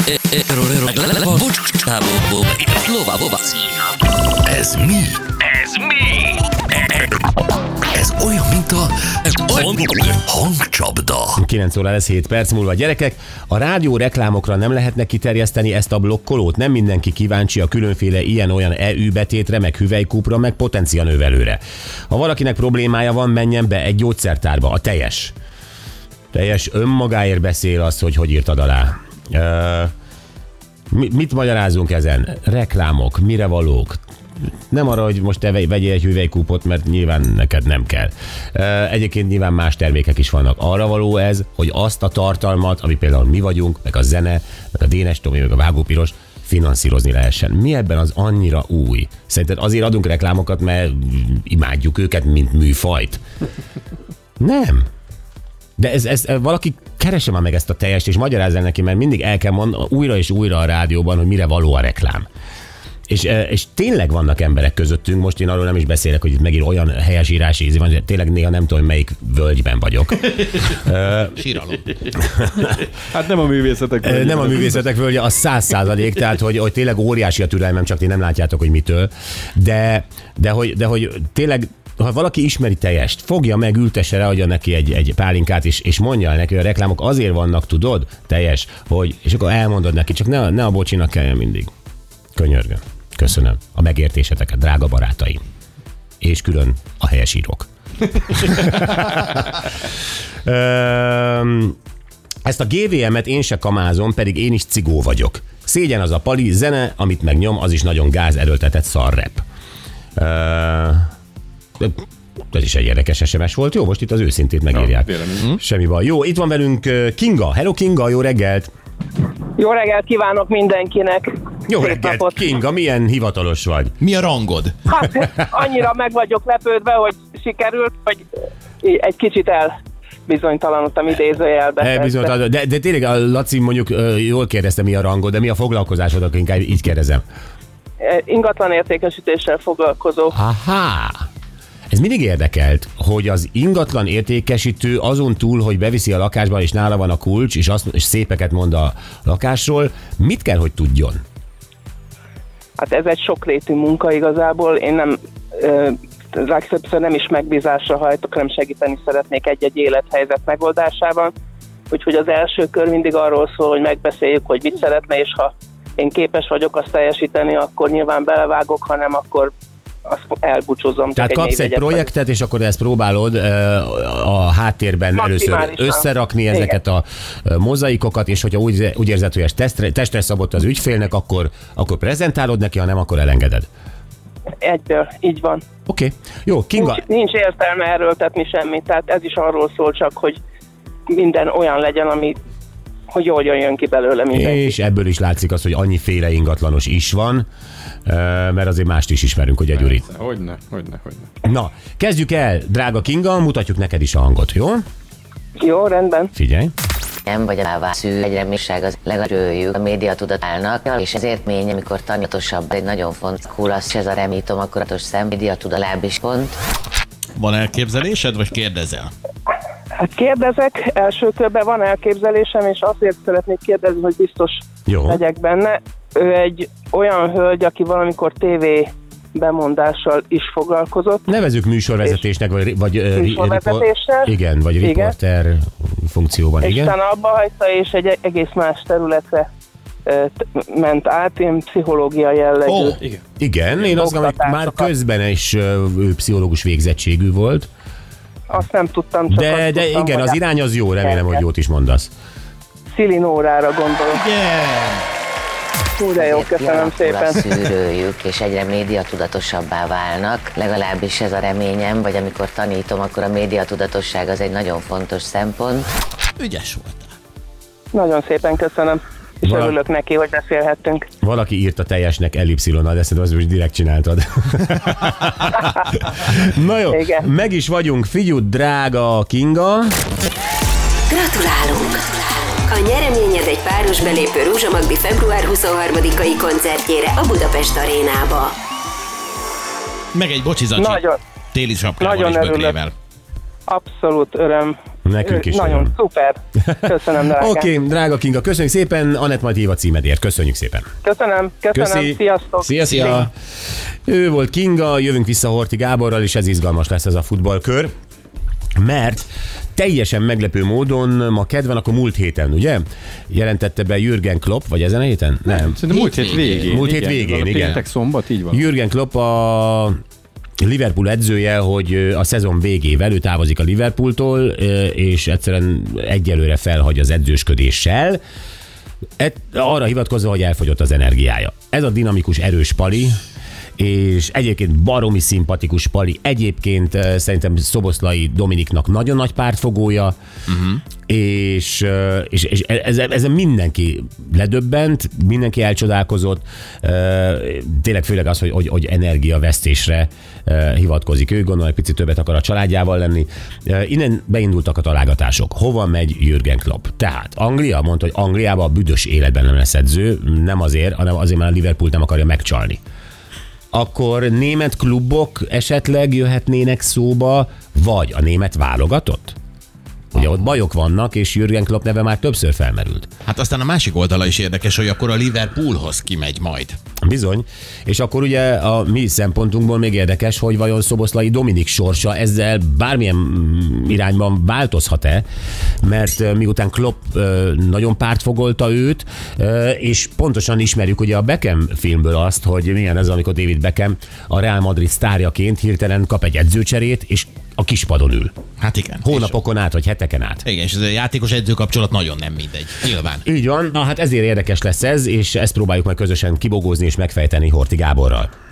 Ez mi? Ez mi? Ez olyan, mint a hangcsapda. 9 óra lesz 7 perc múlva. Gyerekek, a rádió reklámokra nem lehetne kiterjeszteni ezt a blokkolót? Nem mindenki kíváncsi a különféle ilyen-olyan EU betétre, meg hüvelykúpra, meg potencianövelőre. Ha valakinek problémája van, menjen be egy gyógyszertárba. A teljes önmagáért beszél az, hogy írtad alá. Mit magyarázunk ezen? Reklámok, mire valók? Nem arra, hogy most te vegyél egy hüvelykúpot, mert nyilván neked nem kell. Egyébként nyilván más termékek is vannak. Arra való ez, hogy azt a tartalmat, ami például mi vagyunk, meg a zene, meg a Dénes Tomi, meg a Vágópiros, finanszírozni lehessen. Mi ebben az annyira új? Szerinted azért adunk reklámokat, mert imádjuk őket, mint műfajt? Nem. De ez valaki keresse már meg ezt a teljest, és magyarázza neki, mert mindig el kell mondani újra és újra a rádióban, hogy mire való a reklám. És tényleg vannak emberek közöttünk, most én arról nem is beszélek, hogy itt megint olyan helyesírási ízi van, hogy tényleg néha nem tudom, melyik völgyben vagyok. Síralom. Hát nem a művészetek völgye. Nem a művészetek völgye, az 100%, tehát hogy tényleg óriási a türelmem, csak ti nem látjátok, hogy mitől. De hogy tényleg, ha valaki ismeri Teljest, fogja meg, ültesse rá, adja neki egy pálinkát, és mondja neki, hogy a reklámok azért vannak, tudod, Teljes, hogy, és akkor elmondod neki, csak ne a bocsinak kelljen mindig. Könyörgöm. Köszönöm a megértéseteket, drága barátaim. És külön a helyesírók. Ezt a GVM-et én se kamázom, pedig én is cigó vagyok. Szégyen az a pali, zene, amit megnyom, az is nagyon gáz-erőltetett szarrep. Ez is egy érdekes SMS volt. Jó, most itt az őszintét megírják. Semmi baj. Jó, itt van velünk Kinga. Hello Kinga, jó reggelt! Jó reggelt kívánok mindenkinek! Jó reggelt, Kinga, milyen hivatalos vagy? Mi a rangod? Hát annyira meg vagyok lepődve, hogy sikerült, hogy egy kicsit elbizonytalanodtam idézőjelbe. De tényleg a Laci mondjuk jól kérdezte, mi a rangod, de mi a foglalkozásod, inkább így kérdezem. Ingatlan értékesítéssel foglalkozó. Aha! Ez mindig érdekelt, hogy az ingatlan értékesítő azon túl, hogy beviszi a lakásba, és nála van a kulcs, és szépeket mond a lakásról, mit kell, hogy tudjon? Hát ez egy sokrétű munka igazából. Én nem, legtöbbször nem is megbízásra hajtok, hanem segíteni szeretnék egy-egy élethelyzet megoldásában. Úgyhogy az első kör mindig arról szól, hogy megbeszéljük, hogy mit szeretne, és ha én képes vagyok azt teljesíteni, akkor nyilván belevágok, ha nem, akkor azt elbúcsúzom. Tehát kapsz egy projektet, és akkor ezt próbálod a háttérben először összerakni ezeket a mozaikokat, és hogyha úgy érzed, hogy ez testre szabott az ügyfélnek, akkor prezentálod neki, ha nem, akkor elengeded. Egyből, így van. Oké. Jó, Kinga. Nincs értelme erőltetni semmit, tehát ez is arról szól csak, hogy minden olyan legyen, hogy jól jön ki belőle mindenki. És ebből is látszik az, hogy annyiféle ingatlanos is van, mert azért mást is ismerünk, ugye Gyuri? Hogyne. Na, kezdjük el, drága Kinga, mutatjuk neked is a hangot, jó? Jó, rendben. Figyelj. Nem vagy a szű, egyre mélyság az legalábbjük a média tudatálnak, és ezért mély, amikor tanulatosabb, egy nagyon fontos kulasz, ez a remítom, akkuratos szem, média tudalább is pont. Van elképzelésed, vagy kérdezel? Hát kérdezek, első körben van elképzelésem, és azért szeretnék kérdezni, hogy biztos legyek benne. Ő egy olyan hölgy, aki valamikor TV bemondással is foglalkozott. Nevezzük műsorvezetésnek, vagy riporter funkcióban. És utána abba hagyta, és egy egész más területre ment át, ilyen pszichológia jellegű. Igen, én azt gondolom, hogy már közben is ő pszichológus végzettségű volt. Azt nem tudtam, csak de tudtam, igen, az irány az jó, remélem, hogy jót is mondasz. Szili Nórára gondolok. De jó, köszönöm szépen. Szűrőjük, és egyre média tudatosabbá válnak, legalábbis ez a reményem, vagy amikor tanítom, akkor a média tudatosság az egy nagyon fontos szempont. Ügyes voltál. Nagyon szépen köszönöm. És örülök neki, hogy beszélhettünk. Valaki írt a Teljesnek ellipszilonnal, de szerintem azt most direkt csináltad. Na jó, igen. Meg is vagyunk, figyú, drága Kinga. Gratulálunk! A nyereményed egy páros belépő Rózsa Magdi február 23-ai koncertjére a Budapest Arénába. Meg egy bocsizacsi téli sapkával és bögrével. Abszolút öröm. Nekünk is. Nagyon szuper. Köszönöm, drágám. Oké, drága Kinga, köszönjük szépen. Anett majd hív a címedért. Köszönjük szépen. Köszönöm. Köszi. Sziasztok. Szia. Ő volt Kinga, jövünk vissza Horthy Gáborral, és ez izgalmas lesz ez a futballkör. Mert teljesen meglepő módon ma kedven, akkor múlt héten, ugye? Jelentette be Jürgen Klopp, vagy ezen a héten? Nem. Szerintem múlt hét végén. Múlt hét végén, igen. Péntek, szombat, így van. Jürgen Klopp a Liverpool edzője, hogy a szezon végével ő távozik a Liverpooltól, és egyszerűen egyelőre felhagy az edzősködéssel, arra hivatkozva, hogy elfogyott az energiája. Ez a dinamikus, erős pali, és egyébként baromi szimpatikus pali, egyébként szerintem Szoboszlai Dominiknak nagyon nagy pártfogója, és ezen mindenki ledöbbent, mindenki elcsodálkozott, tényleg főleg az, hogy energiavesztésre hivatkozik. Ő gondolom, egy picit többet akar a családjával lenni. Innen beindultak a találgatások. Hova megy Jürgen Klopp? Tehát Anglia mondta, hogy Angliában a büdös életben nem lesz edző, nem azért, hanem azért, mert a Liverpoolt nem akarja megcsalni. Akkor német klubok esetleg jöhetnének szóba, vagy a német válogatott? Ugye ott bajok vannak, és Jürgen Klopp neve már többször felmerült. Hát aztán a másik oldala is érdekes, hogy akkor a Liverpoolhoz kimegy majd. Bizony. És akkor ugye a mi szempontunkból még érdekes, hogy vajon Szoboszlai Dominik sorsa ezzel bármilyen irányban változhat-e, mert miután Klopp nagyon pártfogolta őt, és pontosan ismerjük ugye a Beckham filmből azt, hogy milyen ez, amikor David Beckham a Real Madrid sztárjaként hirtelen kap egy edzőcserét, és a kispadon ül. Hát igen. Hónapokon át, vagy heteken át. Igen, és ez a játékos-edző kapcsolat nagyon nem mindegy. Nyilván. Így van, na hát ezért érdekes lesz ez, és ezt próbáljuk meg közösen kibogózni és megfejteni Horthy Gáborral.